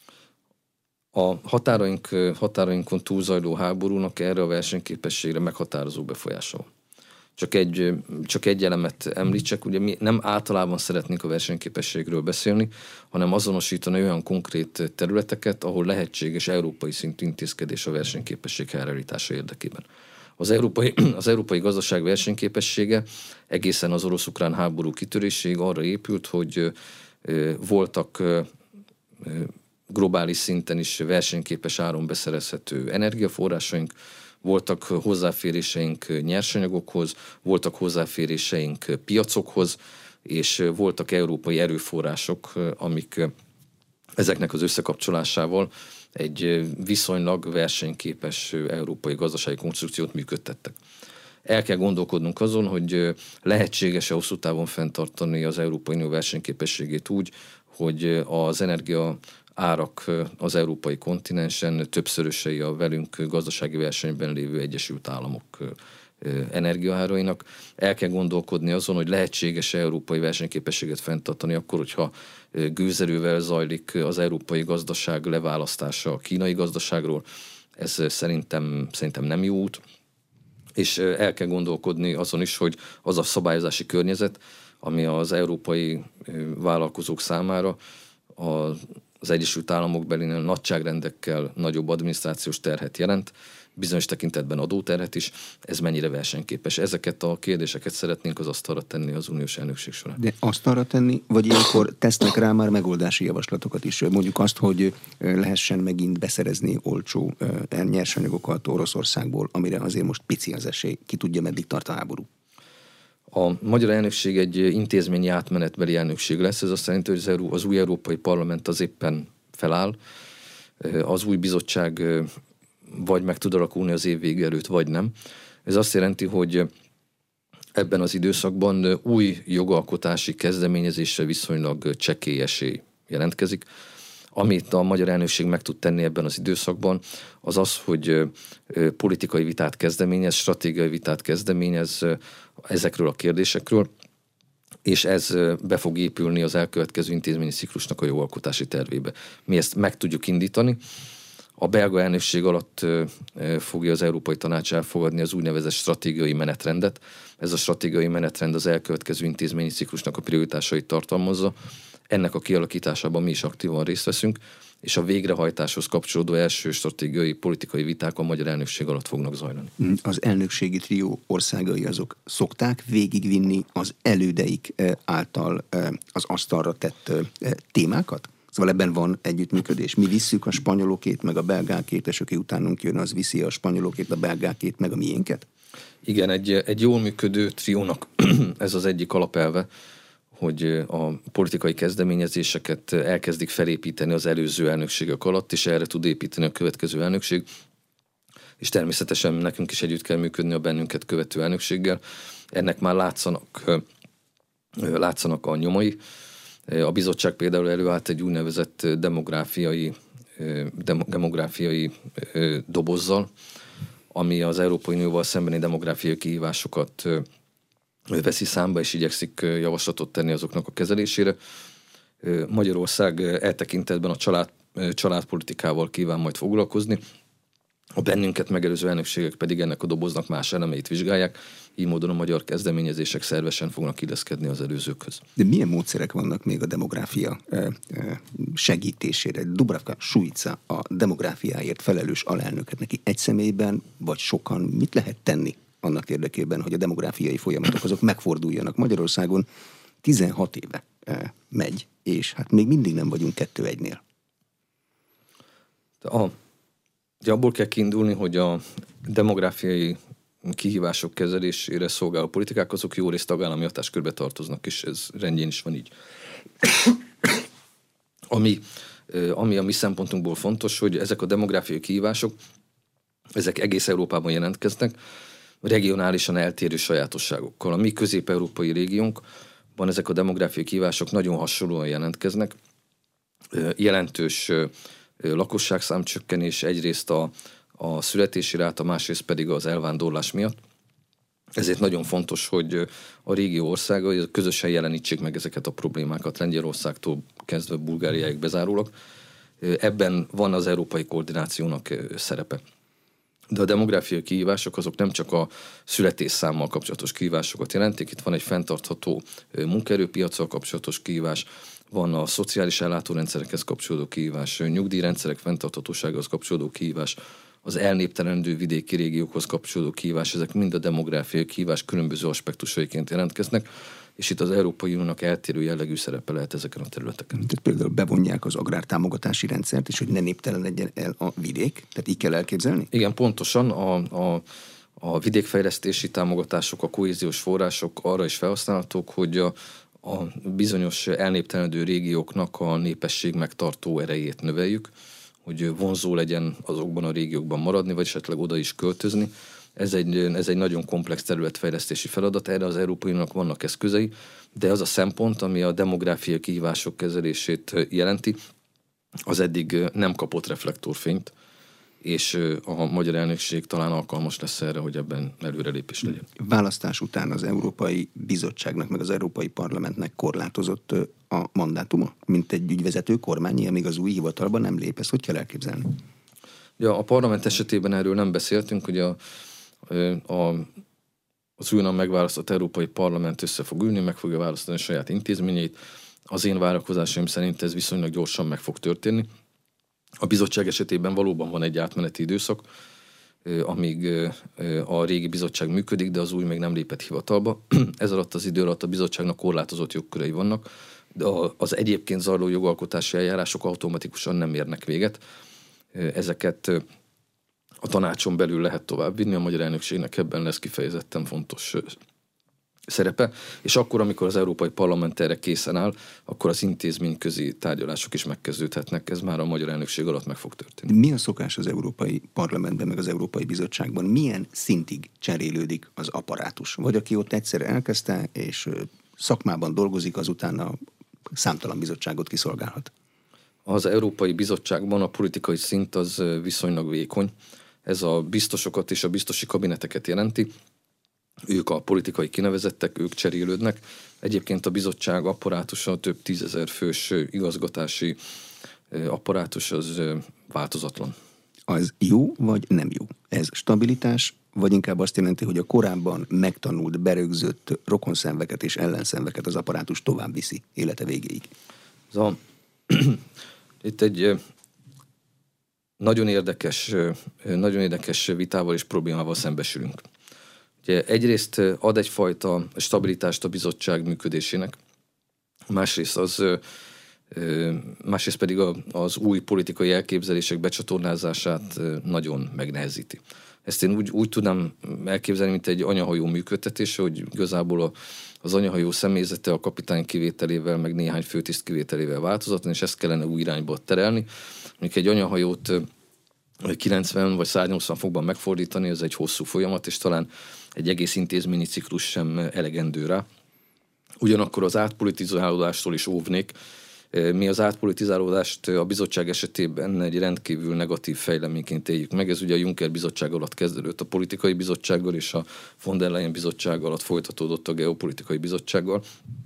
A határaink, határainkon túlzajló háborúnak erre a versenyképességre meghatározó befolyása van. Csak egy, csak egy elemet említsek, ugye mi nem általában szeretnénk a versenyképességről beszélni, hanem azonosítani olyan konkrét területeket, ahol lehetséges európai szintű intézkedés a versenyképesség helyreállítása érdekében. Az európai, az európai gazdaság versenyképessége egészen az orosz-ukrán háború kitöréséig arra épült, hogy voltak globális szinten is versenyképes áron beszerezhető energiaforrásaink, voltak hozzáféréseink nyersanyagokhoz, voltak hozzáféréseink piacokhoz, és voltak európai erőforrások, amik ezeknek az összekapcsolásával egy viszonylag versenyképes európai gazdasági konstrukciót működtettek. El kell gondolkodnunk azon, hogy lehetséges-e hosszú távon fenntartani az Európai Unió versenyképességét úgy, hogy az energia árak az európai kontinensen többszörösei a velünk gazdasági versenyben lévő Egyesült Államok energiaárainak. El kell gondolkodni azon, hogy lehetséges-e európai versenyképességet fenntartani akkor, hogyha gőzerővel zajlik az európai gazdaság leválasztása a kínai gazdaságról. Ez szerintem, szerintem nem jó út. És el kell gondolkodni azon is, hogy az a szabályozási környezet, ami az európai vállalkozók számára az Egyesült Államok belinél nagyságrendekkel nagyobb adminisztrációs terhet jelent, bizonyos tekintetben adóterhet is, ez mennyire versenyképes. Ezeket a kérdéseket szeretnénk az asztalra tenni az uniós elnökség során. De asztalra tenni, vagy ilyenkor tesznek rá már megoldási javaslatokat is? Mondjuk azt, hogy lehessen megint beszerezni olcsó nyersanyagokat Oroszországból, amire azért most pici az esély, ki tudja, meddig tart a háború. A magyar elnökség egy intézményi átmenetbeli elnökség lesz, ez azt jelenti, hogy az új Európai Parlament az éppen feláll, az új bizottság vagy meg tud alakulni az év vége előtt, vagy nem. Ez azt jelenti, hogy ebben az időszakban új jogalkotási kezdeményezésre viszonylag csekély esély jelentkezik. Amit a magyar elnökség meg tud tenni ebben az időszakban, az az, hogy politikai vitát kezdeményez, stratégiai vitát kezdeményez ezekről a kérdésekről, és ez be fog épülni az elkövetkező intézményi ciklusnak a jogalkotási tervébe. Mi ezt meg tudjuk indítani. A belga elnökség alatt fogja az Európai Tanács elfogadni az úgynevezett stratégiai menetrendet. Ez a stratégiai menetrend az elkövetkező intézményi ciklusnak a prioritásait tartalmazza. Ennek a kialakításában mi is aktívan részt veszünk, és a végrehajtáshoz kapcsolódó első stratégiai politikai viták a magyar elnökség alatt fognak zajlani. Az elnökségi trió országai azok szokták végigvinni az elődeik által az asztalra tett témákat? Szóval ebben van együttműködés. Mi visszük a spanyolokét, meg a belgákét, és aki utánunk jön, az viszi a spanyolokét, a belgákét, meg a miénket? Igen, egy, egy jól működő triónak ez az egyik alapelve, hogy a politikai kezdeményezéseket elkezdik felépíteni az előző elnökségek alatt, és erre tud építeni a következő elnökség. És természetesen nekünk is együtt kell működni a bennünket követő elnökséggel. Ennek már látszanak, látszanak a nyomai. A bizottság például előállt egy úgynevezett demográfiai, demográfiai dobozzal, ami az Európai Unióval szembeni demográfiai kihívásokat veszi számba, és igyekszik javaslatot tenni azoknak a kezelésére. Magyarország e tekintetben a család, családpolitikával kíván majd foglalkozni, a bennünket megelőző elnökségek pedig ennek a doboznak más elemeit vizsgálják, így módon a magyar kezdeményezések szervesen fognak illeszkedni az előzőkhöz. De milyen módszerek vannak még a demográfia segítésére? Dubravka Šuica, a demográfiáért felelős alelnöket, neki egy személyben, vagy sokan mit lehet tenni annak érdekében, hogy a demográfiai folyamatok azok megforduljanak? Magyarországon tizenhat éve megy, és hát még mindig nem vagyunk kettő egynél. A Ugye abból kell kiindulni, hogy a demográfiai kihívások kezelésére szolgáló politikák azok jó részt tagállami hatáskörbe tartoznak, és ez rendjén is van így. Ami, ami a mi szempontunkból fontos, hogy ezek a demográfiai kihívások, ezek egész Európában jelentkeznek, regionálisan eltérő sajátosságokkal. A mi közép-európai régiónkban ezek a demográfiai kihívások nagyon hasonlóan jelentkeznek. Jelentős lakosságszámcsökkenés egyrészt a, a születési ráta, másrészt pedig az elvándorlás miatt. Ezért nagyon fontos, hogy a régió országai közösen jelenítsék meg ezeket a problémákat, Lengyelországtól kezdve Bulgáriáig bezárólag. Ebben van az európai koordinációnak szerepe. De a demográfiai kihívások azok nem csak a születésszámmal kapcsolatos kihívásokat jelentik, itt van egy fenntartható munkaerőpiacsal kapcsolatos kihívás, van a szociális ellátórendszerekhez kapcsolódó kihívás, nyugdíjrendszerek fenntarthatóságához kapcsolódó kihívás, az elnéptelenedő vidéki régiókhoz kapcsolódó kihívás, ezek mind a demográfiai kihívás különböző aspektusaiként jelentkeznek, és itt az Európai Uniónak eltérő jellegű szerepe lehet ezeken a területeken. Tehát például bevonják az agrártámogatási rendszert, és hogy ne néptelenedjen el a vidék? Tehát így kell elképzelni? Igen, pontosan. A, a, a vidékfejlesztési támogatások, a kohéziós források arra is felhasználhatók, hogy a, a bizonyos elnéptelenedő régióknak a népesség megtartó erejét növeljük, hogy vonzó legyen azokban a régiókban maradni, vagy esetleg oda is költözni. Ez egy, ez egy nagyon komplex területfejlesztési feladat, erre az Európai Uniónak vannak eszközei, de az a szempont, ami a demográfiai kihívások kezelését jelenti, az eddig nem kapott reflektorfényt, és a magyar elnökség talán alkalmas lesz erre, hogy ebben előrelépés legyen. Választás után az Európai Bizottságnak, meg az Európai Parlamentnek korlátozott a mandátuma, mint egy ügyvezető kormányi, amíg az új hivatalban nem lép. Ezt hogy kell elképzelni? Ja, a parlament esetében erről nem beszéltünk, hogy a, a, az újonnan megválasztott Európai Parlament össze fog ülni, meg fogja választani a saját intézményeit. Az én várakozásaim szerint ez viszonylag gyorsan meg fog történni. A bizottság esetében valóban van egy átmeneti időszak, amíg a régi bizottság működik, de az új még nem lépett hivatalba. Ez alatt az idő alatt a bizottságnak korlátozott jogkörei vannak, de az egyébként zajló jogalkotási eljárások automatikusan nem érnek véget. Ezeket a tanácson belül lehet továbbvinni, a magyar elnökségnek ebben lesz kifejezetten fontos szerepe, és akkor, amikor az Európai Parlament erre készen áll, akkor az intézményközi tárgyalások is megkezdődhetnek, ez már a magyar elnökség alatt meg fog történni. Mi a szokás az Európai Parlamentben, meg az Európai Bizottságban? Milyen szintig cserélődik az apparátus? Vagy aki ott egyszer elkezdte, és szakmában dolgozik, azután a számtalan bizottságot kiszolgálhat? Az Európai Bizottságban a politikai szint az viszonylag vékony. Ez a biztosokat és a biztosi kabineteket jelenti. Ők a politikai kinevezettek, ők cserélődnek. Egyébként a bizottság apparátusa, több tízezer fős igazgatási apparátus az változatlan. Az jó vagy nem jó? Ez stabilitás, vagy inkább azt jelenti, hogy a korábban megtanult, berögzött rokonszenveket és ellenszenveket az apparátus tovább viszi élete végéig? A, itt egy nagyon érdekes, nagyon érdekes vitával és problémával szembesülünk. Ugye egyrészt ad egyfajta stabilitást a bizottság működésének, másrészt, az, másrészt pedig az új politikai elképzelések becsatornázását nagyon megnehezíti. Ezt én úgy, úgy tudnám elképzelni, mint egy anyahajó működtetése, hogy igazából az anyahajó személyzete a kapitány kivételével, meg néhány főtiszt kivételével változatlan, és ezt kellene új irányba terelni. Mondjuk egy anyahajót kilencven vagy száznyolcvan fokban megfordítani, ez egy hosszú folyamat, és talán egy egész intézményi ciklus sem elegendő rá. Ugyanakkor az átpolitizálódástól is óvnék. Mi az átpolitizálódást a bizottság esetében egy rendkívül negatív fejleményként éljük meg. Ez ugye a Juncker bizottság alatt kezdődött a politikai bizottsággal, és a von der Leyen bizottság alatt folytatódott a geopolitikai bizottsággal.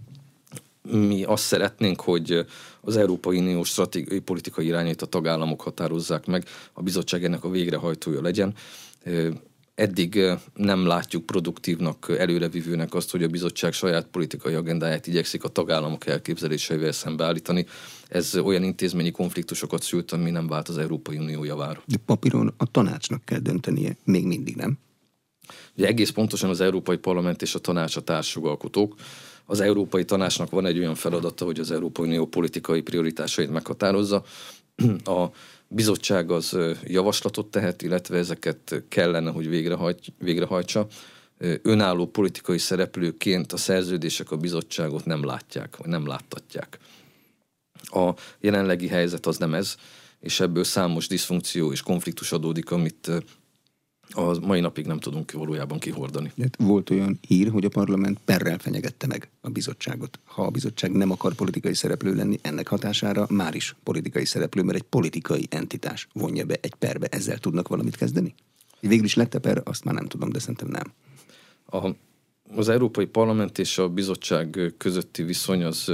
Mi azt szeretnénk, hogy az Európai Unió stratégiai politikai irányait a tagállamok határozzák meg, a bizottság ennek a végrehajtója legyen. Eddig nem látjuk produktívnak, előrevívőnek azt, hogy a bizottság saját politikai agendáját igyekszik a tagállamok elképzeléseivel szembeállítani. Ez olyan intézményi konfliktusokat szült, ami nem vált az Európai Unió javára. De papíron a tanácsnak kell döntenie, még mindig nem? Ugye egész pontosan az Európai Parlament és a tanács a társjogalkotók. Az Európai Tanácsnak van egy olyan feladata, hogy az Európai Unió politikai prioritásait meghatározza. A bizottság az javaslatot tehet, illetve ezeket kellene, hogy végrehajt, végrehajtsa. Önálló politikai szereplőként a szerződések a bizottságot nem látják, vagy nem láttatják. A jelenlegi helyzet az nem ez, és ebből számos diszfunkció és konfliktus adódik, amit a mai napig nem tudunk valójában kihordani. Volt olyan hír, hogy a parlament perrel fenyegette meg a bizottságot. Ha a bizottság nem akar politikai szereplő lenni, ennek hatására már is politikai szereplő, mert egy politikai entitás vonja be egy perbe. Ezzel tudnak valamit kezdeni? Végül is lett a per, azt már nem tudom, de szerintem nem. A, az Európai Parlament és a bizottság közötti viszony az,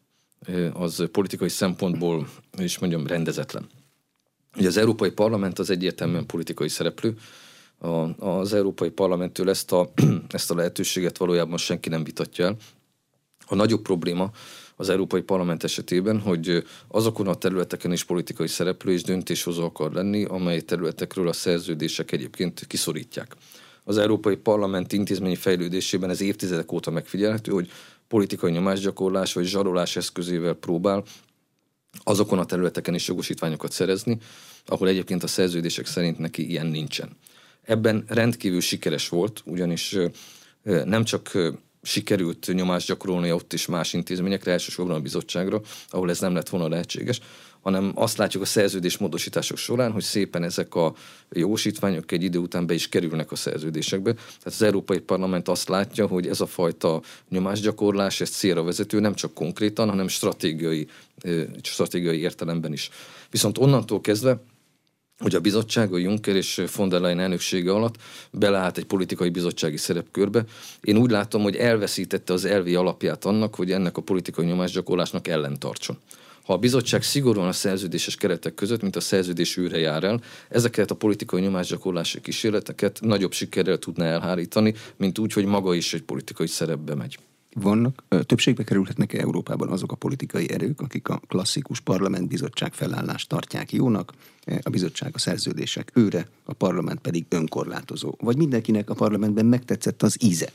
az politikai szempontból, is mondjam, rendezetlen. Ugye az Európai Parlament az egyértelműen politikai szereplő, A, az Európai Parlamenttől ezt a, ezt a lehetőséget valójában senki nem vitatja el. A nagyobb probléma az Európai Parlament esetében, hogy azokon a területeken is politikai szereplő és döntéshozó akar lenni, amely területekről a szerződések egyébként kiszorítják. Az Európai Parlament intézményi fejlődésében ez évtizedek óta megfigyelhető, hogy politikai nyomásgyakorlás vagy zsarolás eszközével próbál azokon a területeken is jogosítványokat szerezni, ahol egyébként a szerződések szerint neki ilyen nincsen. Ebben rendkívül sikeres volt, ugyanis nem csak sikerült nyomást gyakorolni ott is más intézményekre, elsősorban a bizottságra, ahol ez nem lett volna lehetséges, hanem azt látjuk a szerződés módosítások során, hogy szépen ezek a jósítványok egy idő után be is kerülnek a szerződésekbe. Tehát az Európai Parlament azt látja, hogy ez a fajta nyomásgyakorlás, ez célra vezető, nem csak konkrétan, hanem stratégiai, stratégiai értelemben is. Viszont onnantól kezdve, hogy a bizottság, a Juncker és von der Leyen elnöksége alatt beleállt egy politikai bizottsági szerepkörbe. Én úgy látom, hogy elveszítette az elvi alapját annak, hogy ennek a politikai nyomásgyakorlásnak ellentartson. Ha a bizottság szigorúan a szerződéses keretek között, mint a szerződés őre jár el, ezeket a politikai nyomásgyakorlási kísérleteket nagyobb sikerrel tudná elhárítani, mint úgy, hogy maga is egy politikai szerepbe megy. Vannak, többségbe kerülhetnek Európában azok a politikai erők, akik a klasszikus parlamentbizottság felállást tartják jónak, a bizottság a szerződések őre, a parlament pedig önkorlátozó. Vagy mindenkinek a parlamentben megtetszett az íze?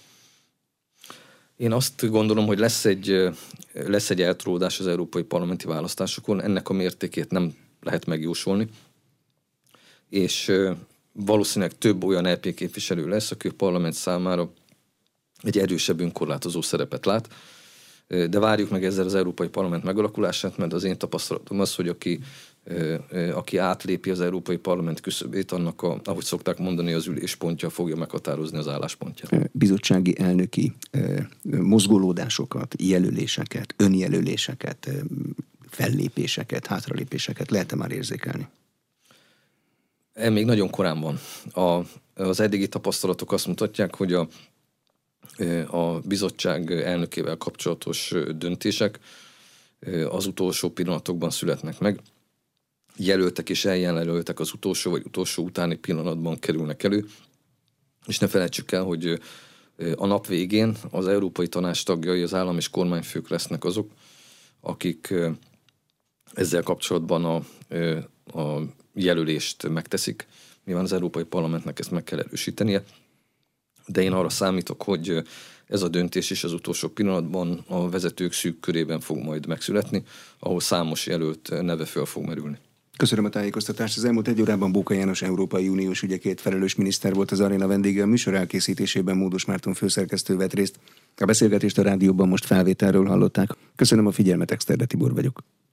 Én azt gondolom, hogy lesz egy, lesz egy eltródás az európai parlamenti választásokon, ennek a mértékét nem lehet megjósolni, és valószínűleg több olyan é pé képviselő lesz, aki a parlament számára egy erősebb önkorlátozó szerepet lát, de várjuk meg ezzel az Európai Parlament megalakulását, mert az én tapasztalatom az, hogy aki, aki átlépi az Európai Parlament küszöbét, annak, a, ahogy szokták mondani, az üléspontja fogja meghatározni az álláspontját. Bizottsági elnöki mozgolódásokat, jelöléseket, önjelöléseket, fellépéseket, hátralépéseket lehet-e már érzékelni? Ez még nagyon korán van. A, az eddigi tapasztalatok azt mutatják, hogy a a bizottság elnökével kapcsolatos döntések az utolsó pillanatokban születnek meg. Jelöltek és eljelöltek az utolsó vagy utolsó utáni pillanatban kerülnek elő, és ne felejtsük el, hogy a nap végén az Európai Tanács tagjai, az állam és kormányfők lesznek azok, akik ezzel kapcsolatban a, a jelölést megteszik. Nyilván az Európai Parlamentnek ezt meg kell erősítenie, de én arra számítok, hogy ez a döntés is az utolsó pillanatban a vezetők szűk körében fog majd megszületni, ahol számos jelölt neve föl fog merülni. Köszönöm a tájékoztatást. Az elmúlt egy órában Bóka János Európai Uniós ügyekért felelős miniszter volt az aréna vendége. A műsor elkészítésében Módos Márton főszerkesztő vett részt. A beszélgetést a rádióban most felvételről hallották. Köszönöm a figyelmet, Exterde Tibor vagyok.